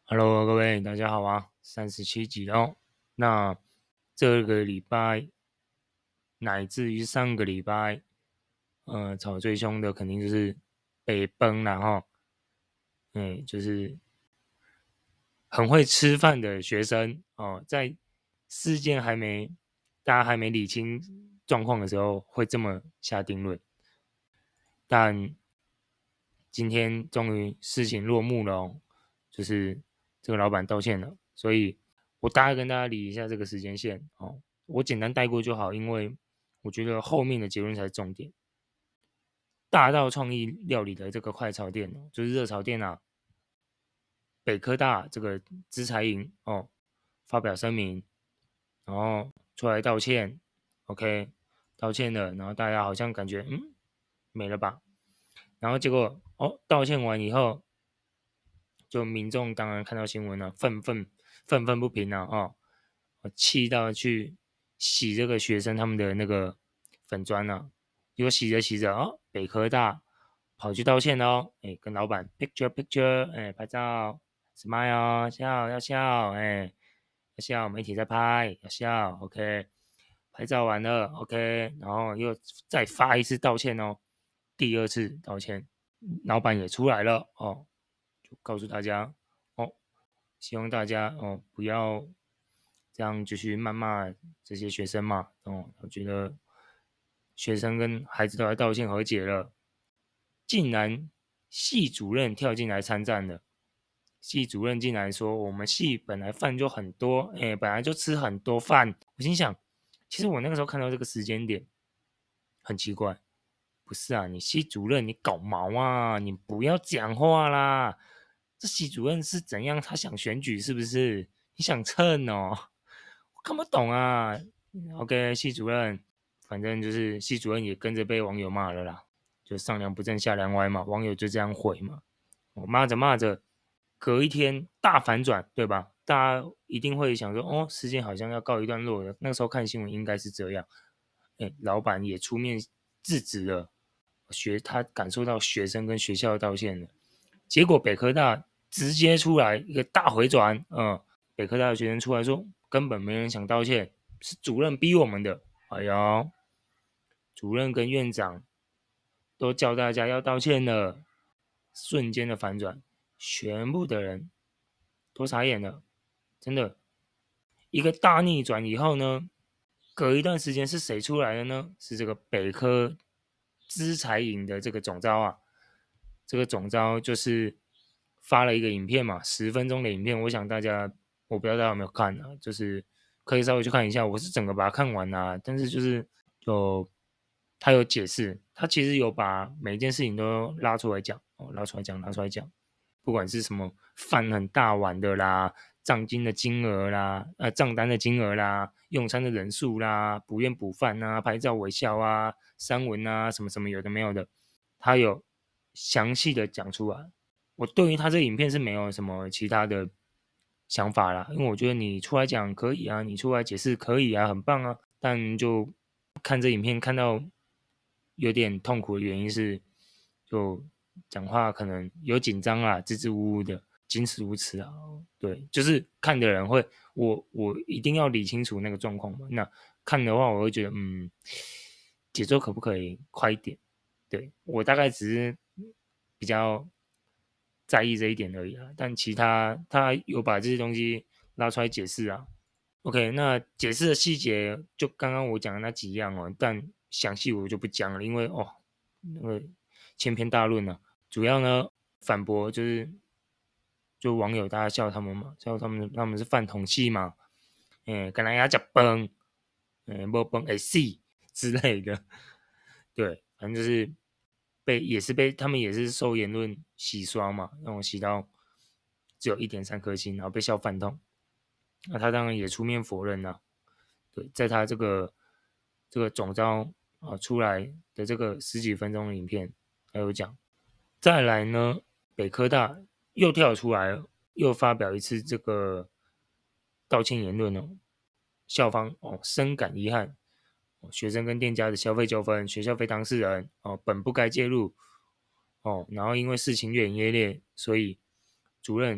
Hello，各位大家好啊，37集哦。那这个礼拜乃至于上个礼拜，吵最凶的肯定就是北崩啦哈。就是很会吃饭的学生哦，在事件大家还没理清状况的时候，会这么下定论。但今天终于事情落幕了哦，就是这个老板道歉了，所以我大概跟大家理一下这个时间线哦，我简单带过就好，因为我觉得后面的结论才是重点。大道创意料理的这个快炒店哦，就是热炒店啊，北科大这个资财营哦，发表声明，然后出来道歉，OK，道歉了，然后大家好像感觉没了吧，然后结果道歉完以后，就民众当然看到新闻了，愤愤不平啊，气到去洗这个学生他们的那个粉砖了，结果洗着洗着北科大跑去道歉了哦，跟老板 picture，拍照 smile 哦，笑要笑，要笑，媒体在拍要笑，OK，拍照完了 OK，然后又再发一次道歉哦，第二次道歉，老板也出来了哦，就告诉大家哦，希望大家不要这样继续谩骂这些学生嘛哦，我觉得学生跟孩子都来道歉和解了，竟然系主任跳进来参战了。系主任竟然说，我们系本来饭就很多，本来就吃很多饭。我心想，其实我那个时候看到这个时间点，很奇怪，不是啊，你系主任你搞毛啊，你不要讲话啦。这系主任是怎样？他想选举是不是？你想蹭哦？我看不懂啊。OK，系主任，反正就是系主任也跟着被网友骂了啦，就上梁不正下梁歪嘛，网友就这样回嘛。我骂着骂着，隔一天大反转，对吧？大家一定会想说，事件好像要告一段落了。那个时候看新闻应该是这样，老板也出面制止了，他感受到学生跟学校的道歉了。结果北科大直接出来一个大回转，北科大的学生出来说，根本没人想道歉，是主任逼我们的。哎呦，主任跟院长都叫大家要道歉了，瞬间的反转，全部的人都傻眼了，真的，一个大逆转以后呢，隔一段时间是谁出来的呢？是这个北科资财营的这个总招啊，这个总招就是发了一个影片嘛，10分钟的影片，我想大家，我不知道大家有没有看啊，就是可以稍微去看一下，我是整个把它看完啊，但是就是他有解释，他其实有把每一件事情都拉出来讲，拉出来讲，不管是什么饭很大碗的啦，账金的金额啦，账单的金额啦，用餐的人数啦，不愿补饭啊，拍照微笑啊，删文啊，什么什么有的没有的，他有详细的讲出来。我对于他这个影片是没有什么其他的想法啦，因为我觉得你出来讲可以啊，你出来解释可以啊，很棒啊，但就看这影片看到有点痛苦的原因是，就讲话可能有紧张啊，支支吾吾的，仅此如此啊。对，就是看的人会，我一定要理清楚那个状况嘛。那看的话，我会觉得，节奏可不可以快一点？对，我大概只是比较在意这一点而已啊，但其他有把这些东西拉出来解释啊。OK，那解释的细节就刚刚我讲的那几样哦，但详细我就不讲了，因为那个千篇大论啊。主要呢反驳就网友大家笑他们嘛，笑他们是饭桶系嘛，跟人家讲崩，不崩会死之类的，对，反正就是也是被他们也是受言论洗刷嘛，让我洗到只有1.3颗星，然后被笑饭桶，那他当然也出面否认了。对，在他这个总招出来的这个十几分钟的影片，还有讲，再来呢，北科大又跳出来了，又发表一次这个道歉言论哦，校方深感遗憾，学生跟店家的消费纠纷，学校非当事人本不该介入然后因为事情越演越烈，所以主任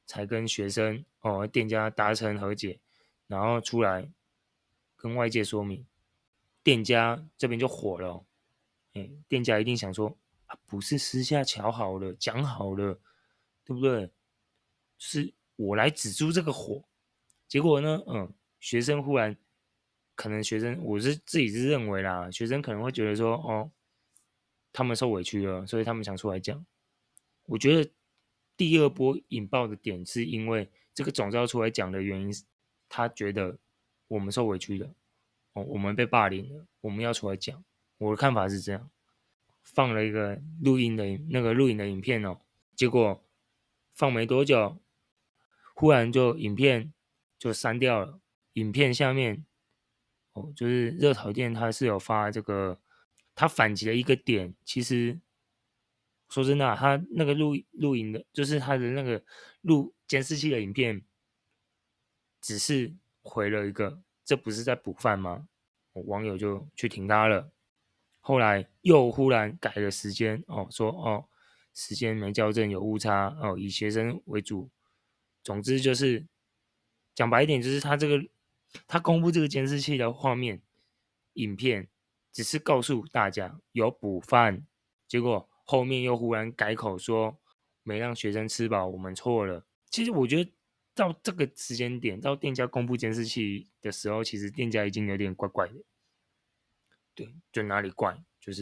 才跟学生店家达成和解，然后出来跟外界说明，店家这边就火了店家一定想说不是私下瞧好了讲好了，对不对？是我来止住这个火，结果呢，学生忽然可能学生我是自己是认为啦，学生可能会觉得说他们受委屈了，所以他们想出来讲。我觉得第二波引爆的点是因为这个总召出来讲的原因，他觉得我们受委屈了，我们被霸凌了，我们要出来讲。我的看法是这样，放了一个录音的影片结果放没多久，忽然就影片就删掉了。影片下面就是热炒店他是有发这个，他反击了一个点，其实说真的他那个录影的，就是他的那个录监视器的影片，只是回了一个，这不是在补饭吗？网友就去挺他了。后来又忽然改了时间说时间没校正有误差以学生为主。总之就是讲白一点，就是他公布这个监视器的画面影片，只是告诉大家有补饭，结果后面又忽然改口说没让学生吃饱，我们错了。其实我觉得到这个时间点，到店家公布监视器的时候，其实店家已经有点怪怪的。对，就哪里怪，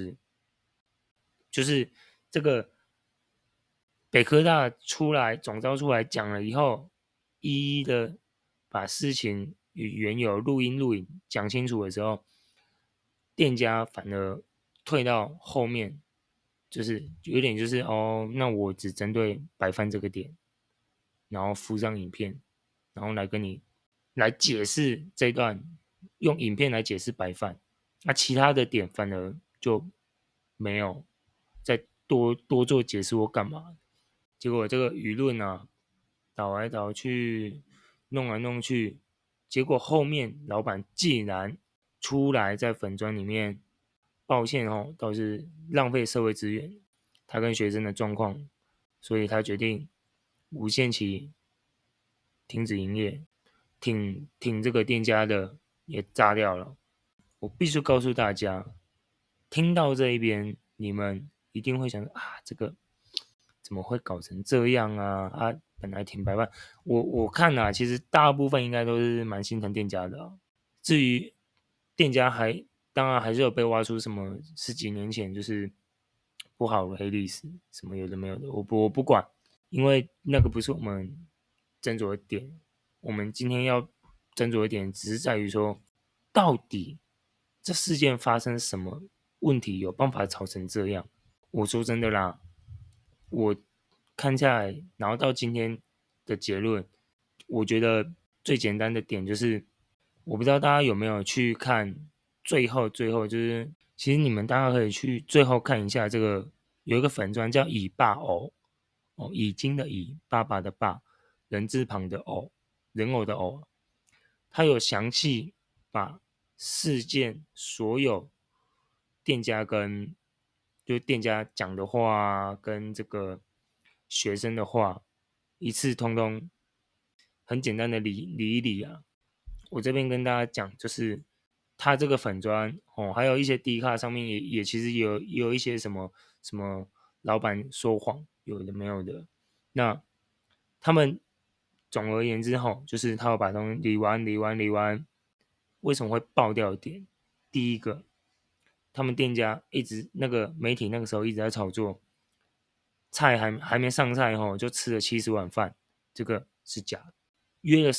就是这个北科大总召出来讲了以后，一一的把事情与原有录影讲清楚的时候，店家反而退到后面，就是有点就是那我只针对白饭这个点，然后附上影片，然后来跟你来解释这段，用影片来解释白饭，那其他的点反而就没有再多做解释或干嘛。结果这个舆论倒来倒去，弄来弄去，结果后面老板竟然出来在粉专里面抱歉倒是浪费社会资源，他跟学生的状况，所以他决定无限期停止营业，挺这个店家的也炸掉了。我必须告诉大家，听到这一边，你们一定会想这个怎么会搞成这样本来挺白饭，我看其实大部分应该都是蛮心疼店家的至于店家当然还是有被挖出什么十几年前就是不好的黑历史，什么有的没有的，我不管，因为那个不是我们斟酌的点。我们今天要斟酌一点，只是在于说，到底这事件发生什么问题，有办法吵成这样？我说真的啦，我看下来，然后到今天的结论，我觉得最简单的点就是，我不知道大家有没有去看最后就是，其实你们大家可以去最后看一下这个有一个粉专叫以爸偶已经的以，爸爸的爸，人字旁的偶，人偶的偶，他有详细把事件所有店家就店家讲的话跟这个学生的话一次通通很简单的理一理我这边跟大家讲，就是他这个粉砖还有一些 D 卡上面也其实有一些什么老板说谎，有的没有的。那他们总而言之就是他要把东西理完，为什么会爆掉点？第一个，他们店家一直那个媒体那个时候一直在炒作，菜还没上菜就吃了70碗饭，这个是假的。约了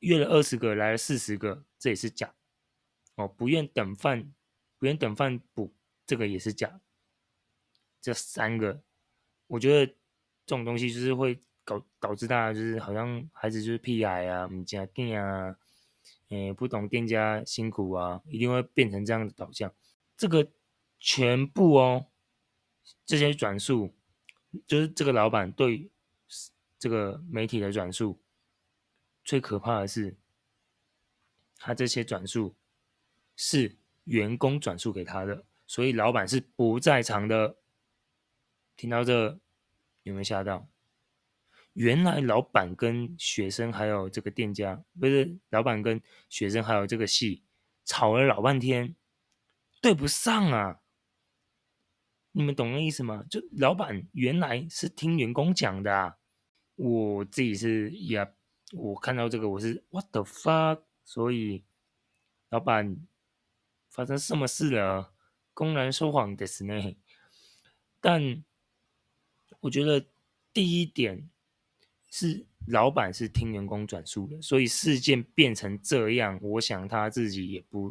20个，来了40个，这也是假不愿等饭补，这个也是假。这3个，我觉得这种东西就是会导致大家就是好像孩子就是屁孩不家店不懂店家辛苦一定会变成这样的导向。这个全部这些转述就是这个老板对这个媒体的转述，最可怕的是他这些转述是员工转述给他的，所以老板是不在场的。听到这有没有吓到？ 原来老板跟学生还有这个店家，不是老板跟学生还有这个系吵了老半天，对不上啊！你们懂那意思吗？就老板原来是听员工讲的啊，我自己是呀，我看到这个我是 what the fuck，所以老板发生什么事了？公然说谎的是呢？但我觉得第一点是老板是听员工转述的，所以事件变成这样，我想他自己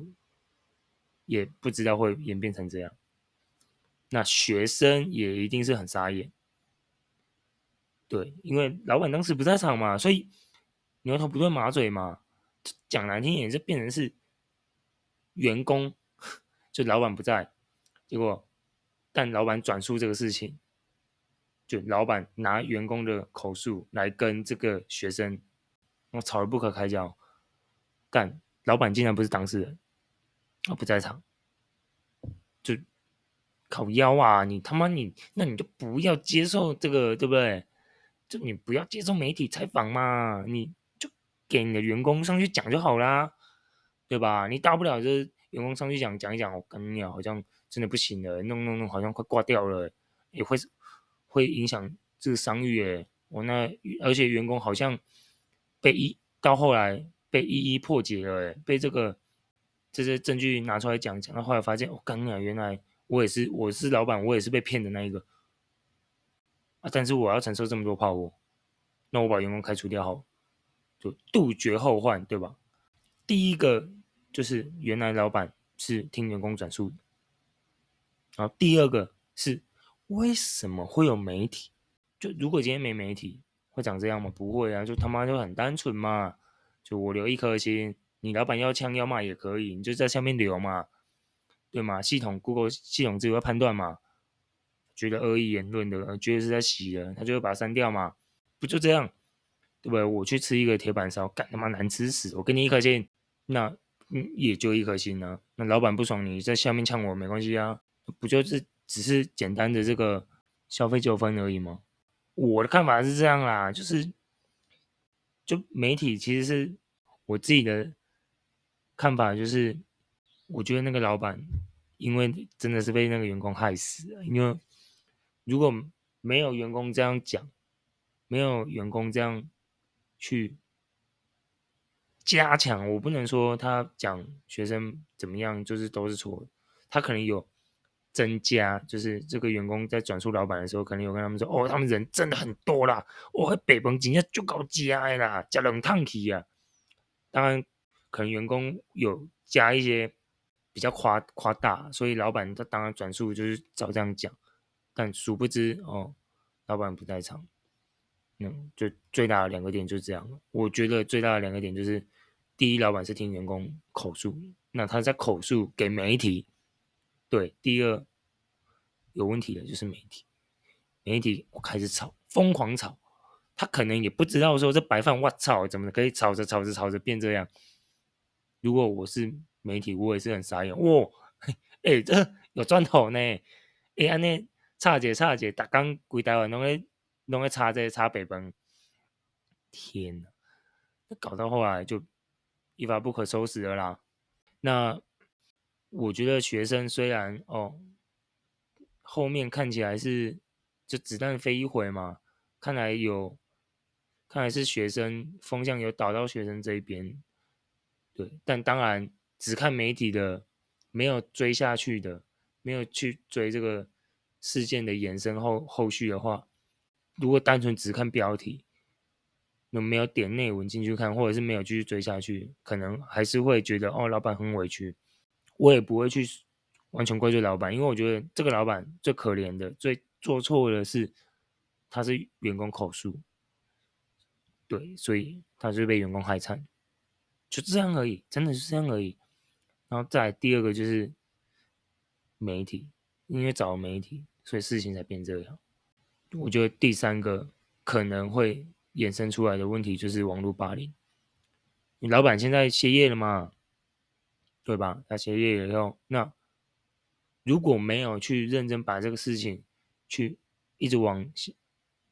也不知道会演变成这样。那学生也一定是很傻眼，对，因为老板当时不在场嘛，所以牛头不对马嘴嘛，讲难听点就变成是员工就老板不在，结果但老板转述这个事情，就老板拿员工的口述来跟这个学生，我吵得不可开交。干，老板竟然不是当事人，他不在场，就靠腰啊！你他妈你，那你就不要接受这个，对不对？就你不要接受媒体采访嘛，你就给你的员工上去讲就好啦，对吧？你大不了就是员工上去讲一讲，我跟你讲，好像真的不行了，弄，好像快挂掉了，也会影响这个商誉诶。我那而且员工好像到后来被一一破解了诶，被这些证据拿出来讲到后来发现，我跟你讲，原来我是老板，我也是被骗的那一个啊，但是我要承受这么多炮火，那我把员工开除掉好，就杜绝后患，对吧？第一个就是原来老板是听员工转述，然后第二个是为什么会有媒体？就如果今天没媒体，会长这样吗？不会啊，就他妈就很单纯嘛，就我留一颗心，你老板要呛要骂也可以，你就在下面留嘛，对吗？Google 系统自己会判断嘛，觉得恶意言论的，觉得是在洗的，他就会把它删掉嘛，不就这样？对不对？我去吃一个铁板烧，干他妈难吃死，我给你一颗心，那也就一颗心呢、啊。那老板不爽，你在下面呛我没关系啊，不就是只是简单的这个消费纠纷而已吗？我的看法是这样啦，就媒体其实是我自己的看法，就是我觉得那个老板因为真的是被那个员工害死了，因为如果没有员工这样讲，没有员工这样去加强，我不能说他讲学生怎么样就是都是错的，他可能有增加，就是这个员工在转述老板的时候，可能有跟他们说，哦，他们人真的很多啦，哦，北方今天就搞加的啦，加冷烫体啊，当然可能员工有加一些比较夸大，所以老板他当然转述就是照这样讲，但殊不知哦，老板不在场。就最大的两个点就是这样。我觉得最大的两个点就是，第一，老板是听员工口述，那他在口述给媒体。对，第二有问题的就是媒体，媒体我开始吵，疯狂吵，他可能也不知道说这白饭，我操，怎么可以吵着变这样？如果我是媒体，我也是很傻眼，哇，哎、这有赚头呢，哎、安尼差姐，打刚规台湾拢在差这差北崩，天呐！搞到后来就一发不可收拾了啦。那我觉得学生虽然后面看起来是就子弹飞一回嘛，看来看来是学生风向有倒到学生这一边，对。但当然只看媒体的，没有追下去的，没有去追这个事件的延伸后续的话，如果单纯只看标题，有没有点内文进去看，或者是没有继续追下去，可能还是会觉得哦，老板很委屈。我也不会去完全怪罪老板，因为我觉得这个老板最可怜的、最做错的是，他是员工口述，对，所以他就被员工害惨，就这样而已，真的是这样而已。然后再来第二个就是媒体，因为找媒体，所以事情才变这样。我觉得第三个可能会衍生出来的问题就是网络霸凌。你老板现在歇业了嘛，对吧？他歇业以后，那如果没有去认真把这个事情去一直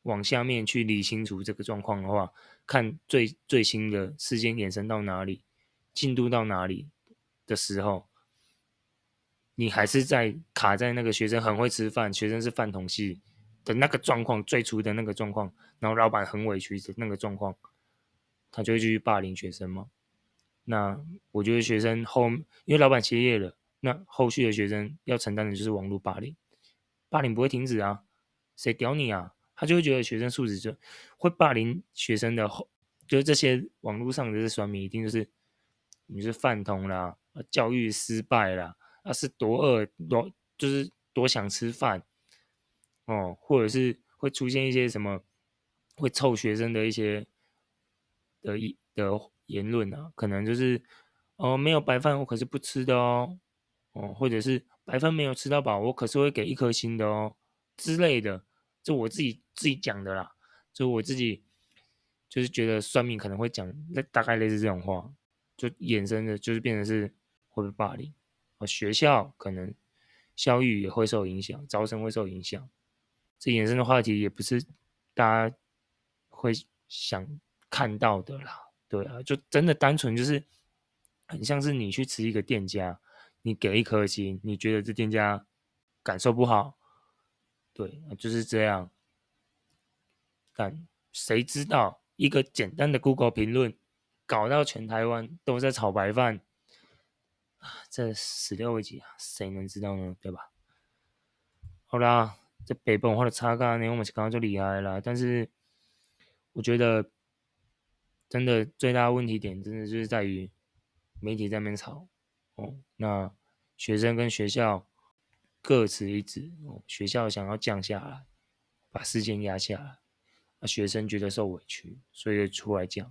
往下面去理清楚这个状况的话，看最新的事件衍生到哪里，进度到哪里的时候，你还是卡在那个学生很会吃饭，学生是饭桶系的那个状况，最初的那个状况，然后老板很委屈的那个状况，他就会继续霸凌学生嘛。那我觉得学生因为老板歇业了，那后续的学生要承担的就是网络霸凌，霸凌不会停止啊，谁屌你啊？他就会觉得学生素质就会霸凌学生的就是这些网络上的这些酸民一定就是你是饭桶啦，教育失败啦，是多饿就是多想吃饭哦，或者是会出现一些什么会臭学生的一些的言论啊，可能就是没有白饭我可是不吃的或者是白饭没有吃到饱我可是会给1颗星的之类的，这我自己讲的啦，就我自己就是觉得酸民可能会讲大概类似这种话，就衍生的就是变成是会被霸凌学校可能校誉也会受影响，招生会受影响，这衍生的话题也不是大家会想看到的啦。对啊，就真的单纯就是很像是你去吃一个店家，你给1颗星，你觉得这店家感受不好，对，就是这样。但谁知道一个简单的 Google 评论，搞到全台湾都在炒白饭，这16集啊，谁能知道呢？对吧？好啦，这北本化的差价呢，我们是刚刚就厉害了，但是我觉得真的最大的问题点，真的就是在于媒体在那边吵那学生跟学校各持一旨学校想要降下来，把事件压下来，学生觉得受委屈，所以出来讲。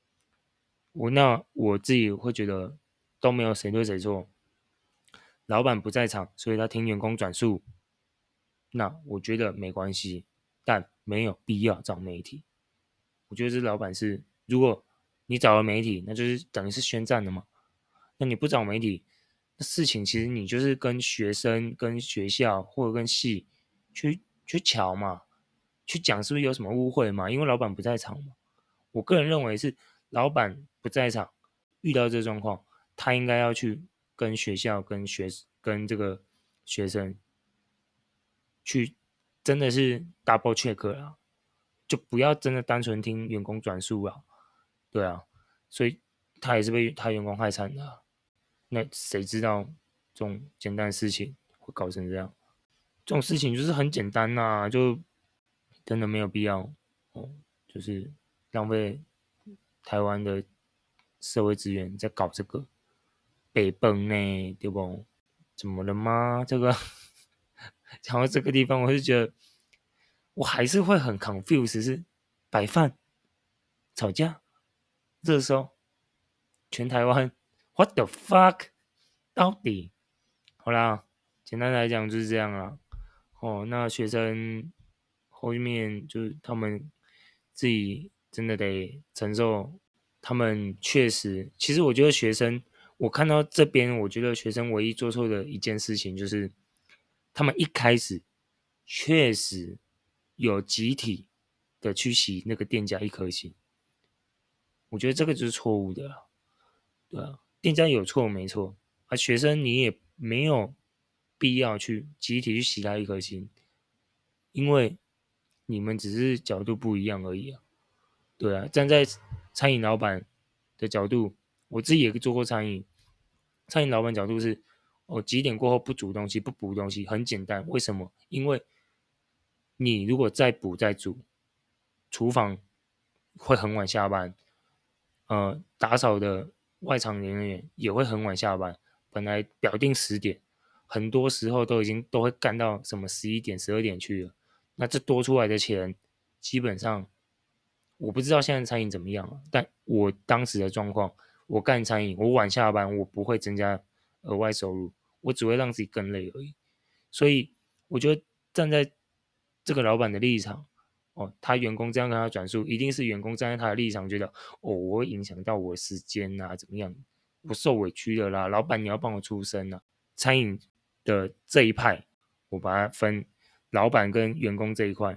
我自己会觉得都没有谁对谁错，老板不在场，所以他听员工转述，那我觉得没关系，但没有必要找媒体。我觉得这老板如果你找了媒体，那就是等于是宣战了嘛。那你不找媒体，那事情其实你就是跟学生、跟学校或者跟系去瞧嘛，去讲是不是有什么误会嘛？因为老板不在场嘛。我个人认为是老板不在场，遇到这状况，他应该要去跟学校、跟这个学生去，真的是 double check 啦，就不要真的单纯听员工转述啊。对啊，所以他也是被他员工害惨的那谁知道这种简单的事情会搞成这样？这种事情就是很简单呐、就真的没有必要就是浪费台湾的社会资源在搞这个北奔呢，对不？怎么了吗？这个讲到这个地方，我就觉得我还是会很 confused，是白饭吵架，热搜，全台湾 what the fuck，到底好啦，简单来讲就是这样啦。那学生后面就是他们自己真的得承受，他们确实，其实我觉得学生，我看到这边，我觉得学生唯一做错的一件事情就是，他们一开始确实有集体的去洗那个店家1颗星，我觉得这个就是错误的了。对啊，店家有错没错，学生你也没有必要去集体去洗他1颗星，因为你们只是角度不一样而已啊。对啊，站在餐饮老板的角度，我自己也做过餐饮，餐饮老板角度是，几点过后不煮东西不补东西，很简单，为什么？因为你如果再补再煮，厨房会很晚下班，打扫的外场人员也会很晚下班，本来表定10点，很多时候都会干到什么11点、12点去了。那这多出来的钱，基本上我不知道现在餐饮怎么样了，但我当时的状况，我干餐饮，我晚下班，我不会增加额外收入，我只会让自己更累而已。所以我觉得站在这个老板的立场，他员工这样跟他转述，一定是员工站在他的立场，觉得我会影响到我的时间啊，怎么样？我受委屈了啦，老板你要帮我出声啊。餐饮的这一派，我把它分老板跟员工这一块，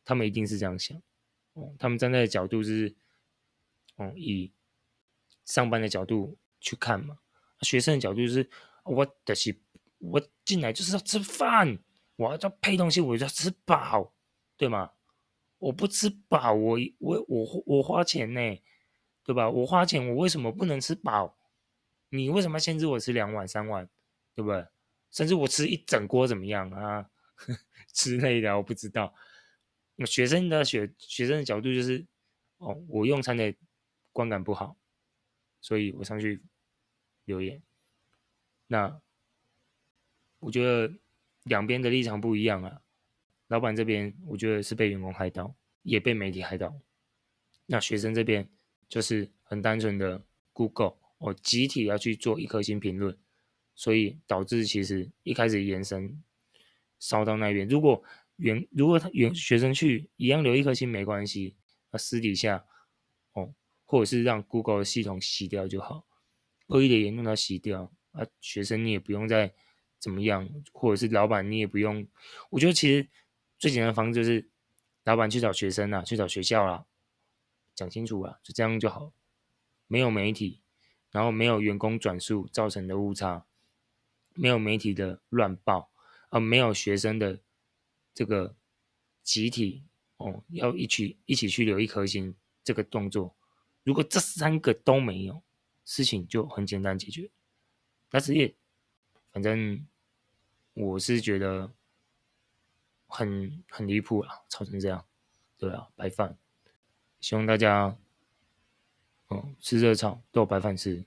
他们一定是这样想，他们站在的角度是，以上班的角度去看嘛，学生的角度就是我进来就是要吃饭，我要配东西，我就要吃饱，对吗？我不吃饱，我花钱呢，对吧？我花钱，我为什么不能吃饱？你为什么要限制我吃2碗3碗，对不对？甚至我吃一整锅怎么样啊之类的，我不知道。学生的角度就是，我用餐的观感不好，所以我上去留言。那我觉得两边的立场不一样啊。老板这边我觉得是被员工害到，也被媒体害到。那学生这边就是很单纯的 Google 集体要去做1颗星评论，所以导致其实一开始延伸烧到那边。如果学生去一样留1颗星没关系，那私底下或者是让 Google 的系统洗掉就好，恶意的言论要洗掉啊，学生你也不用再怎么样，或者是老板你也不用。我觉得其实最简单的方式就是老板去找学生去找学校啦，讲清楚就这样就好。没有媒体，然后没有员工转述造成的误差，没有媒体的乱报，没有学生的这个集体要一起去留1颗星这个动作。如果这3个都没有，事情就很简单解决。但是反正我是觉得很离谱啦，吵成这样，对啊，白饭。希望大家吃热炒都有白饭吃，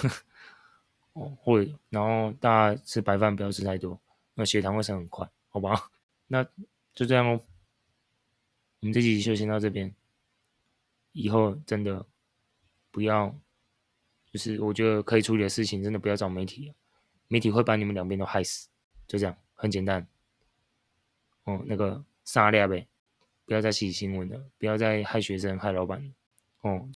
然后大家吃白饭不要吃太多，那血糖会升很快，好吧？那就这样哦，我们这集就先到这边，以后真的不要，就是我觉得可以处理的事情，真的不要找媒体，媒体会把你们两边都害死，就这样，很简单。那个杀掉呗，不要再洗新闻了，不要再害学生害老板